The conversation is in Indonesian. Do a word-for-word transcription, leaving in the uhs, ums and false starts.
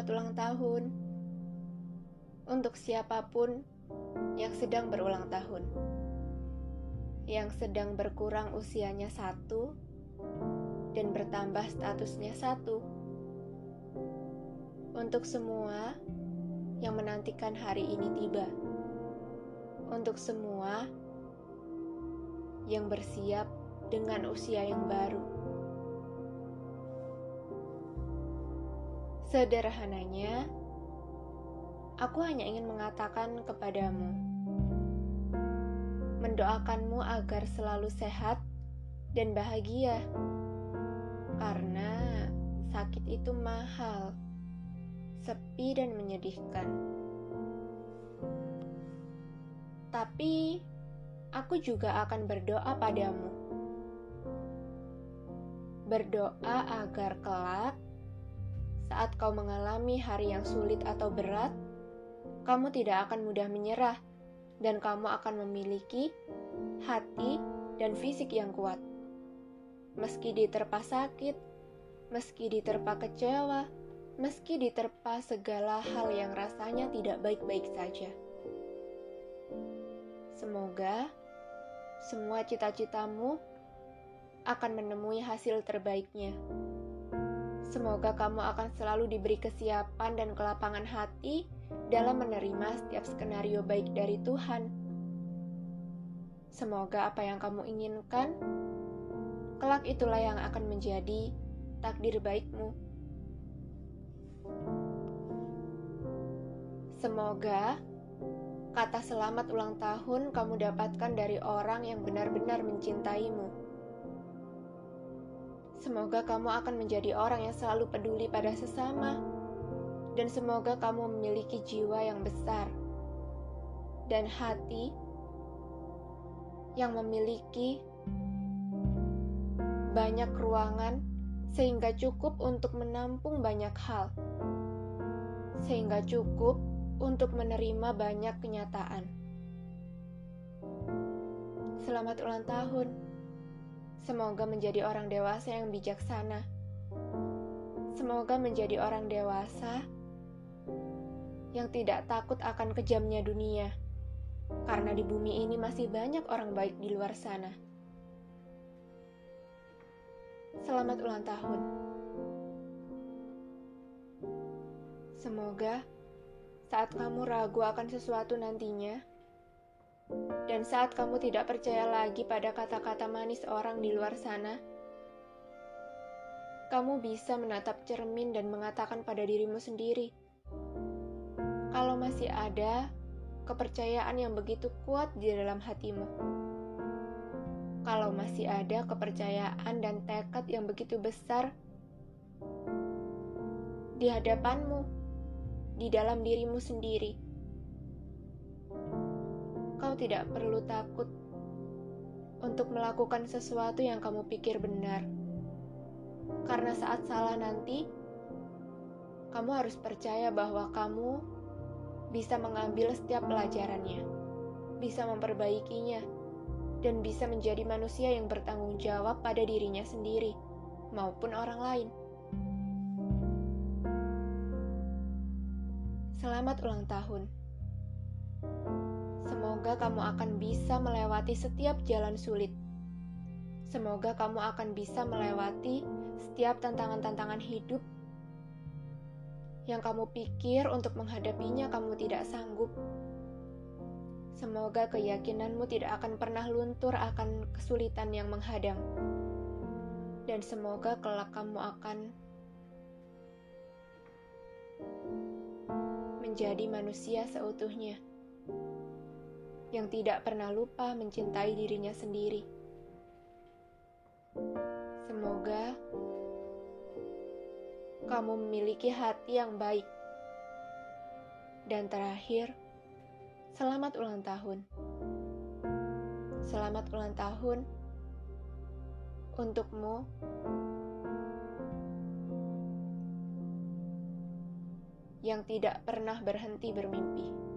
Selamat ulang tahun untuk siapapun yang sedang berulang tahun, yang sedang berkurang usianya satu dan bertambah statusnya satu. Untuk semua yang menantikan hari ini tiba, untuk semua yang bersiap dengan usia yang baru. Sederhananya, aku hanya ingin mengatakan kepadamu, mendoakanmu agar selalu sehat dan bahagia, karena sakit itu mahal, sepi dan menyedihkan. Tapi, aku juga akan berdoa padamu. Berdoa agar kelak, saat kau mengalami hari yang sulit atau berat, kamu tidak akan mudah menyerah, dan kamu akan memiliki hati dan fisik yang kuat. Meski diterpa sakit, meski diterpa kecewa, meski diterpa segala hal yang rasanya tidak baik-baik saja. Semoga semua cita-citamu akan menemui hasil terbaiknya. Semoga kamu akan selalu diberi kesiapan dan kelapangan hati dalam menerima setiap skenario baik dari Tuhan. Semoga apa yang kamu inginkan, kelak itulah yang akan menjadi takdir baikmu. Semoga kata selamat ulang tahun kamu dapatkan dari orang yang benar-benar mencintaimu. Semoga kamu akan menjadi orang yang selalu peduli pada sesama, dan semoga kamu memiliki jiwa yang besar dan hati yang memiliki banyak ruangan sehingga cukup untuk menampung banyak hal, sehingga cukup untuk menerima banyak kenyataan. Selamat ulang tahun. Semoga menjadi orang dewasa yang bijaksana. Semoga menjadi orang dewasa yang tidak takut akan kejamnya dunia, karena di bumi ini masih banyak orang baik di luar sana. Selamat ulang tahun. Semoga saat kamu ragu akan sesuatu nantinya, dan saat kamu tidak percaya lagi pada kata-kata manis orang di luar sana, kamu bisa menatap cermin dan mengatakan pada dirimu sendiri, kalau masih ada kepercayaan yang begitu kuat di dalam hatimu, kalau masih ada kepercayaan dan tekad yang begitu besar di hadapanmu, di dalam dirimu sendiri, kau tidak perlu takut untuk melakukan sesuatu yang kamu pikir benar. Karena saat salah nanti, kamu harus percaya bahwa kamu bisa mengambil setiap pelajarannya, bisa memperbaikinya, dan bisa menjadi manusia yang bertanggung jawab pada dirinya sendiri maupun orang lain. Selamat ulang tahun. Semoga kamu akan bisa melewati setiap jalan sulit. Semoga kamu akan bisa melewati setiap tantangan-tantangan hidup yang kamu pikir untuk menghadapinya kamu tidak sanggup. Semoga keyakinanmu tidak akan pernah luntur akan kesulitan yang menghadang. Dan semoga kelak kamu akan menjadi manusia seutuhnya, yang tidak pernah lupa mencintai dirinya sendiri. Semoga kamu memiliki hati yang baik. Dan terakhir, selamat ulang tahun. Selamat ulang tahun untukmu yang tidak pernah berhenti bermimpi.